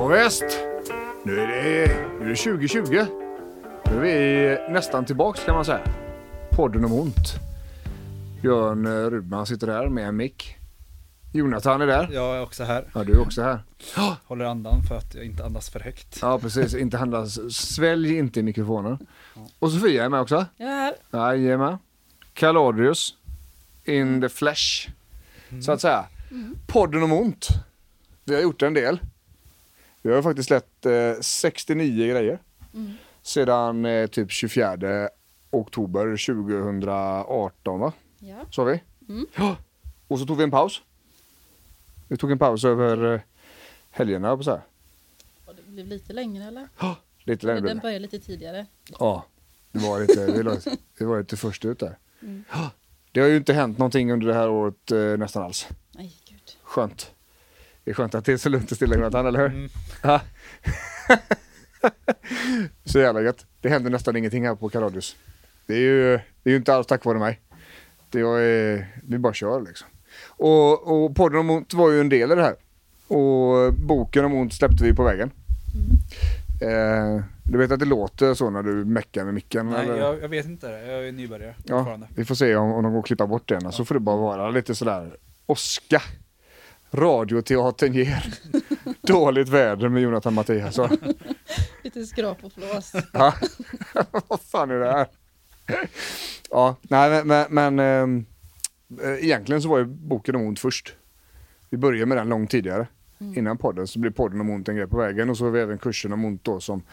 Ja, visst. Nu är det 2020. Nu är vi nästan tillbaks kan man säga. Podden om ont. Björn Rudman sitter där med en mick. Jonathan är där. Jag är också här. Ja, du är också här. Håller andan för att jag inte andas för högt. Ja, precis. Inte andas. Svälj inte i mikrofonen. Och Sofia är med också. Jag är här. Jajamän. Kaladius. In the flesh. Så att säga. Podden om ont. Vi har gjort en del. Vi har faktiskt släppt 69 grejer. Sedan typ 24 oktober 2018 va? Ja. Så vi. Ja. Och så tog vi en paus. Vi tog en paus över helgerna på så här. Och det blev lite längre eller? Ja, lite längre. Den började lite tidigare. Ja, det var lite först ut där. Ja. Det har ju inte hänt någonting under det här året nästan alls. Nej, gud. Skönt. Det är skönt att det är så lugnt och stilla, Jonathan, eller hur? Ja. Så jävla gött. Det händer nästan ingenting här på Kaladius. Det är ju inte alls tack vare mig. Vi bara kör liksom. Och podden om ont var ju en del i det här. Och boken om ont släppte vi på vägen. Du vet att det låter så när du meckar med micken? Nej, eller? jag vet inte det. Jag är nybörjare Ja, fortfarande. vi får se om de går att klippa bort det. Så får det bara vara lite sådär Oska. Radioteatern ger dåligt väder med Jonathan Mattias. Lite skrap och flås. Ja, vad fan är det här? Ja, nej men egentligen så var ju boken om ont först. Vi började med den långt tidigare. Innan podden så blev podden om ont en grej på vägen. Och så har vi även kursen om ont då som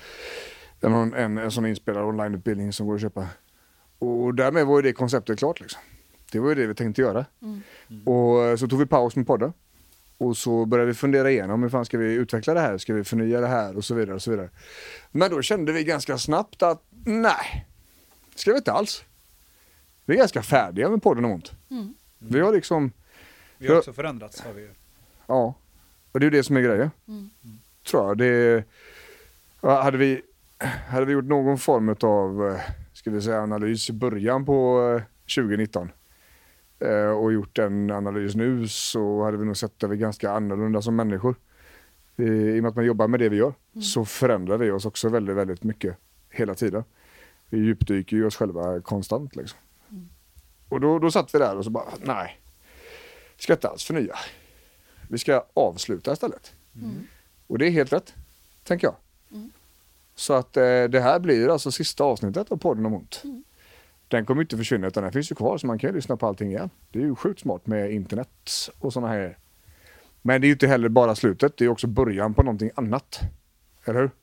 en sån inspelad onlineutbildning som går att köpa. Och därmed var ju det konceptet klart liksom. Det var ju det vi tänkte göra. Och så tog vi paus med podden. Och så började vi fundera igenom hur fan ska vi utveckla det här? Ska vi förnya det här? Och så vidare och så vidare. Men då kände vi ganska snabbt att nej, ska vi inte alls. Vi är ganska färdiga med podden om ont. Vi har liksom... Vi har också förändrats har vi ju. Ja, och det är ju det som är grejen. Tror jag. Det, hade vi gjort någon form av ska vi säga, analys i början på 2019 och gjort en analys nu så hade vi nog sett att vi är ganska annorlunda som människor. I och med att man jobbar med det vi gör så förändrar vi oss också väldigt, väldigt mycket hela tiden. Vi djupdyker ju oss själva konstant liksom. Och då satt vi där och så bara, nej, ska inte alls förnya. Vi ska avsluta istället. Och det är helt rätt, tänker jag. Så att det här blir alltså sista avsnittet av podden om ont. Den kommer inte försvinna utan den finns ju kvar så man kan ju lyssna på allting igen. Det är ju sjukt smart med internet och sådana här. Men det är ju inte heller bara slutet, det är också början på någonting annat. Eller hur?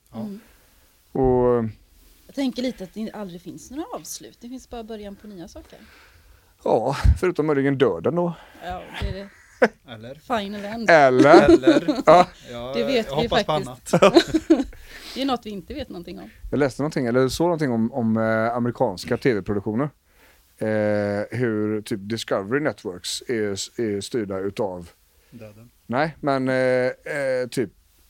Och Jag tänker lite att det aldrig finns några avslut. Det finns bara början på nya saker. ja, förutom möjligen döden då. Ja, det är det. Eller? Final end. Eller? Ja. Ja, Det vet jag vi hoppas på faktiskt. annat. Det är något vi inte vet någonting om. Jag läste någonting, eller såg någonting om amerikanska tv-produktioner. Hur typ Discovery Networks är styrda utav Döden. nej, men typ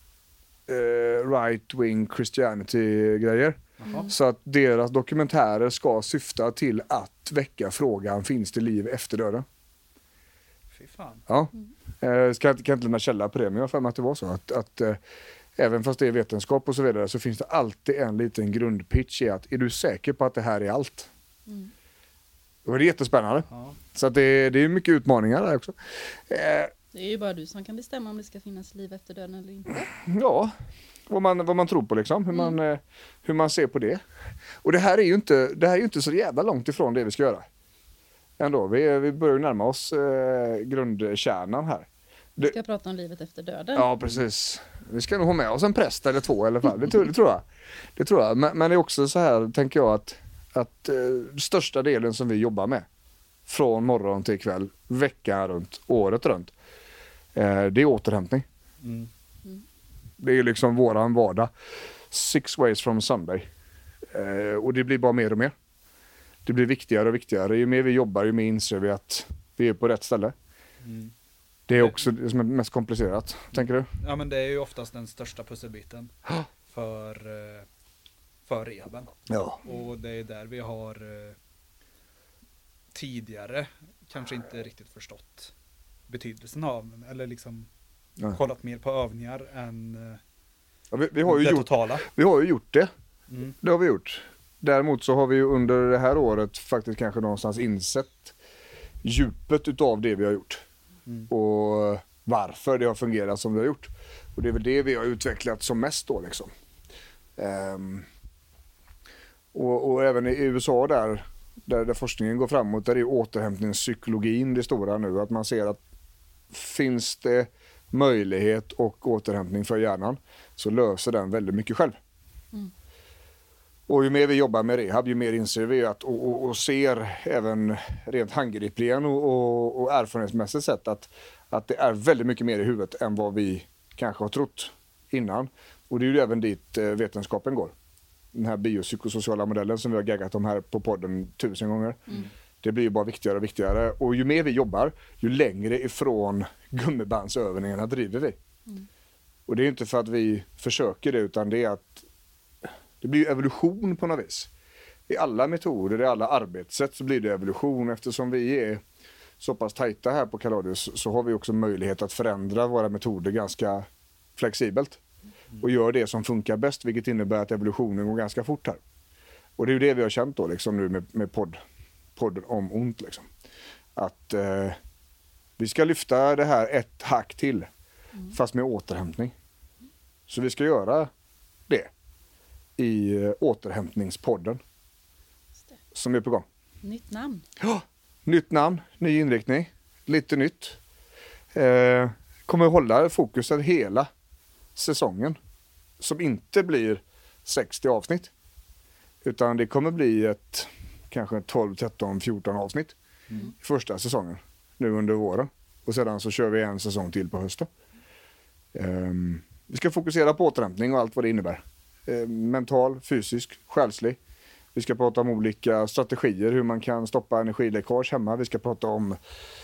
right-wing Christianity-grejer. Så att deras dokumentärer ska syfta till att väcka frågan, finns det liv efter döden? Fy fan. Ja. Kan inte lämna källa på det, men jag har för mig att det var så att även fast det är vetenskap och så vidare så finns det alltid en liten grundpitch i att är du säker på att det här är allt? Och det är jättespännande. Ja. Så att det är mycket utmaningar där också. Det är ju bara du som kan bestämma om det ska finnas liv efter döden eller inte. Ja, vad man tror på liksom, hur man ser på det. Och det här är ju inte så jävla långt ifrån det vi ska göra. Ändå, vi börjar närma oss grundkärnan här. Vi ska prata om livet efter döden. Ja, precis. Vi ska nog ha med oss en präst eller två i alla fall. Det tror jag. Det tror jag. Men det är också så här, tänker jag, att största delen som vi jobbar med från morgon till kväll, veckan runt, året runt, det är återhämtning. Det är liksom våran vardag. 6 ways from Sunday. Och det blir bara mer och mer. Det blir viktigare och viktigare. Ju mer vi jobbar, ju mer inser vi att vi är på rätt ställe. Det är också det som är mest komplicerat, tänker du? Ja, men det är ju oftast den största pusselbiten för rehaben. Ja. Och det är där vi har tidigare kanske inte riktigt förstått betydelsen av, eller liksom kollat mer på övningar än Ja, vi har ju det gjort, totala. vi har ju gjort det. Mm. Det har vi gjort. Däremot så har vi ju under det här året faktiskt kanske någonstans insett djupet utav det vi har gjort. Och varför det har fungerat som det har gjort. Och det är väl det vi har utvecklat som mest då liksom. Och även i USA där forskningen går framåt, där är återhämtningspsykologin det stora nu. Att man ser att finns det möjlighet och återhämtning för hjärnan så löser den väldigt mycket själv. Och ju mer vi jobbar med rehab, ju mer inser vi att, och ser även rent handgripligen och erfarenhetsmässigt sett att det är väldigt mycket mer i huvudet än vad vi kanske har trott innan. Och det är ju även dit vetenskapen går. Den här biopsykosociala modellen som vi har gaggat om här på podden 1000 gånger. Det blir ju bara viktigare och viktigare. Och ju mer vi jobbar, ju längre ifrån gummibandsövningarna driver vi. Och det är inte för att vi försöker det, utan det är att det blir evolution på något vis. I alla metoder, i alla arbetssätt så blir det evolution. Eftersom vi är så pass tajta här på Kaladius så har vi också möjlighet att förändra våra metoder ganska flexibelt. Och gör det som funkar bäst, vilket innebär att evolutionen går ganska fort här. Och det är ju det vi har känt då liksom nu med podden om ont. Liksom. Att vi ska lyfta det här ett hack till, fast med återhämtning. Så vi ska göra det i återhämtningspodden som är på gång. Nytt namn. Ja, nytt namn, ny inriktning, lite nytt. Kommer att hålla fokuset hela säsongen som inte blir 60 avsnitt, utan det kommer bli ett kanske 12, 13, 14 avsnitt i första säsongen nu under våren, och sedan så kör vi en säsong till på hösten. Vi ska fokusera på återhämtning och allt vad det innebär. Mental, fysisk, själslig. Vi ska prata om olika strategier, hur man kan stoppa energiläckage hemma. Vi ska prata om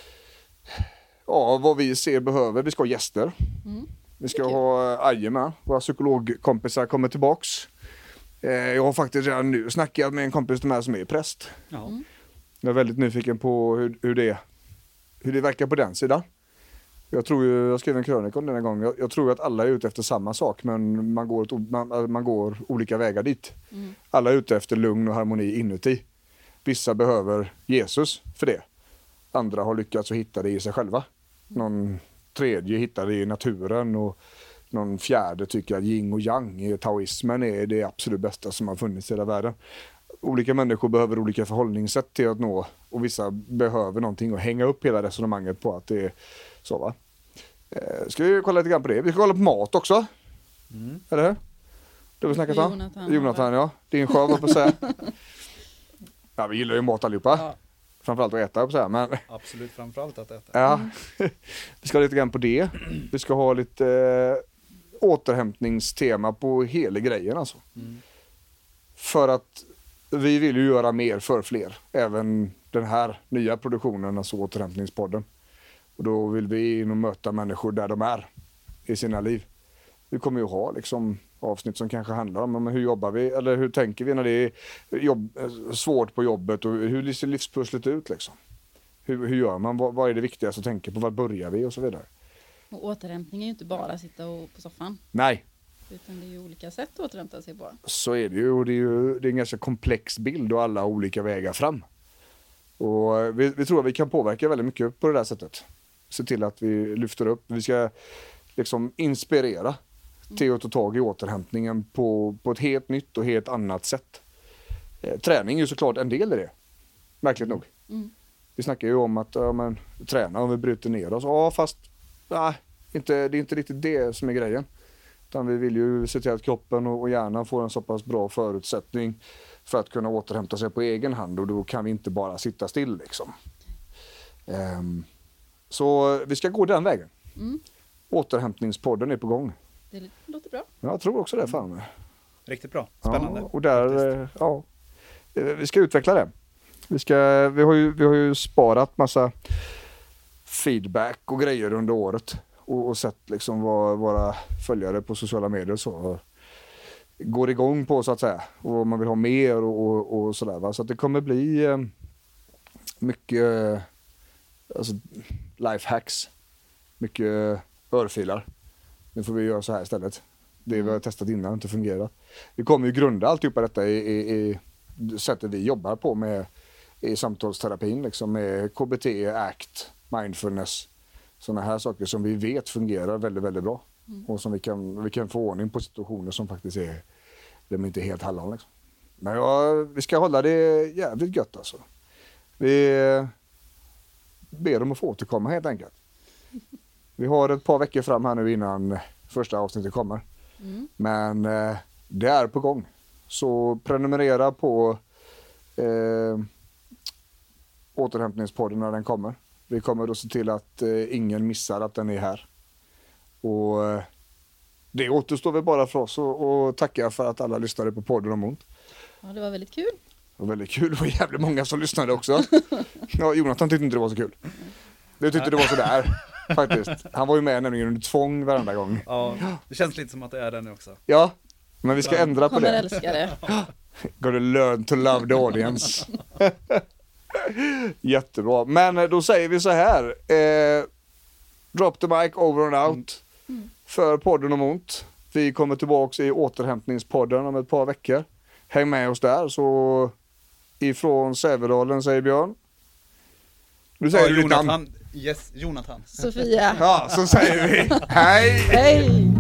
vad vi ser behöver. Vi ska ha gäster. Vi ska ha Aje med. Våra psykologkompisar kommer tillbaks. Jag har faktiskt redan nu snackat med en kompis med som är präst. Jag är väldigt nyfiken på hur det verkar på den sidan. Jag skrev en krönika om den en gång. Jag tror att alla är ute efter samma sak, men man går olika vägar dit. Alla är ute efter lugn och harmoni inuti. Vissa behöver Jesus för det. Andra har lyckats att hitta det i sig själva. Någon tredje hittar det i naturen, och någon fjärde tycker att yin och yang, taoismen, är det absolut bästa som har funnits i hela världen. Olika människor behöver olika förhållningssätt till att nå, och vissa behöver någonting att hänga upp hela resonemanget på att det är så, va. Ska vi kolla lite grann på det? Vi ska kolla på mat också. Eller hur? Det har vi snackat om. Jonathan, ja. Din sjö var på att säga. Ja, vi gillar ju mat allihopa. Ja. Framförallt att äta, på så här, men Absolut, framförallt att äta. ja. Vi ska ha lite grann på det. Vi ska ha lite återhämtningstema på hela grejen alltså. För att vi vill ju göra mer för fler. Även den här nya produktionen, alltså återhämtningspodden. Och då vill vi in och möta människor där de är i sina liv. Vi kommer ju ha liksom avsnitt som kanske handlar om men hur jobbar vi, eller hur tänker vi när det är svårt på jobbet, och hur ser livspusslet ut liksom. Hur gör man, vad är det viktigaste att tänka på, var börjar vi och så vidare. Och återhämtning är ju inte bara att sitta på soffan. Nej. Utan det är ju olika sätt att återhämta sig på. Så är det ju, och det är en ganska komplex bild och alla olika vägar fram. Och vi tror att vi kan påverka väldigt mycket på det där sättet. Se till att vi lyfter upp, vi ska liksom inspirera till att ta tag i återhämtningen på ett helt nytt och helt annat sätt. Träning är ju såklart en del i det, märkligt nog. Vi snackar ju om att träna om vi bryter ner oss. Ja, fast nej, det är inte riktigt det som är grejen. Utan vi vill ju se till att kroppen och hjärnan får en så pass bra förutsättning för att kunna återhämta sig på egen hand, och då kan vi inte bara sitta still liksom. Så vi ska gå den vägen. Återhämtningspodden är på gång. Det låter bra. Jag tror också det, fan. Riktigt bra, spännande. Ja, och där, vi ska utveckla det. Vi har ju sparat massa feedback och grejer under året och sett liksom vad våra följare på sociala medier så går igång på, så att säga, och man vill ha mer och sådär, va? Så att det kommer bli mycket alltså lifehacks, mycket örfilar. Nu får vi göra så här istället. Det vi har testat innan inte fungerat. Vi kommer ju grunda alltihopa detta i sättet vi jobbar på med i samtalsterapin, liksom med KBT, ACT, mindfulness. Sådana här saker som vi vet fungerar väldigt, väldigt bra. Och som vi kan få ordning på situationer som faktiskt är, de är inte helt hallon liksom. Men vi ska hålla det jävligt gött alltså. Vi ber dem att få återkomma helt enkelt. Vi har ett par veckor fram här nu innan första avsnittet kommer. Men det är på gång. Så prenumerera på återhämtningspodden när den kommer. Vi kommer då se till att ingen missar att den är här. Och det återstår väl bara för oss och tacka för att alla lyssnade på podden om ont. Ja, det var väldigt kul. Det var väldigt kul. Det var jävligt många som lyssnade också. Ja, Jonathan tyckte inte det var så kul. Jag tyckte det var sådär faktiskt. Han var ju med nämligen under tvång varenda gång. Ja, det känns lite som att det är det nu också. Ja, men vi ska ändra på Kommer det. älska det. Gotta learn to love the audience. Jättebra. Men då säger vi så här. Drop the mic, over and out. För podden om ont. Vi kommer tillbaka i återhämtningspodden om ett par veckor. Häng med oss där. Så ifrån Sävedalen säger Björn. Du säger Jonathan. Yes, Jonathan. Sofia. Ja, så säger vi hej! Hej!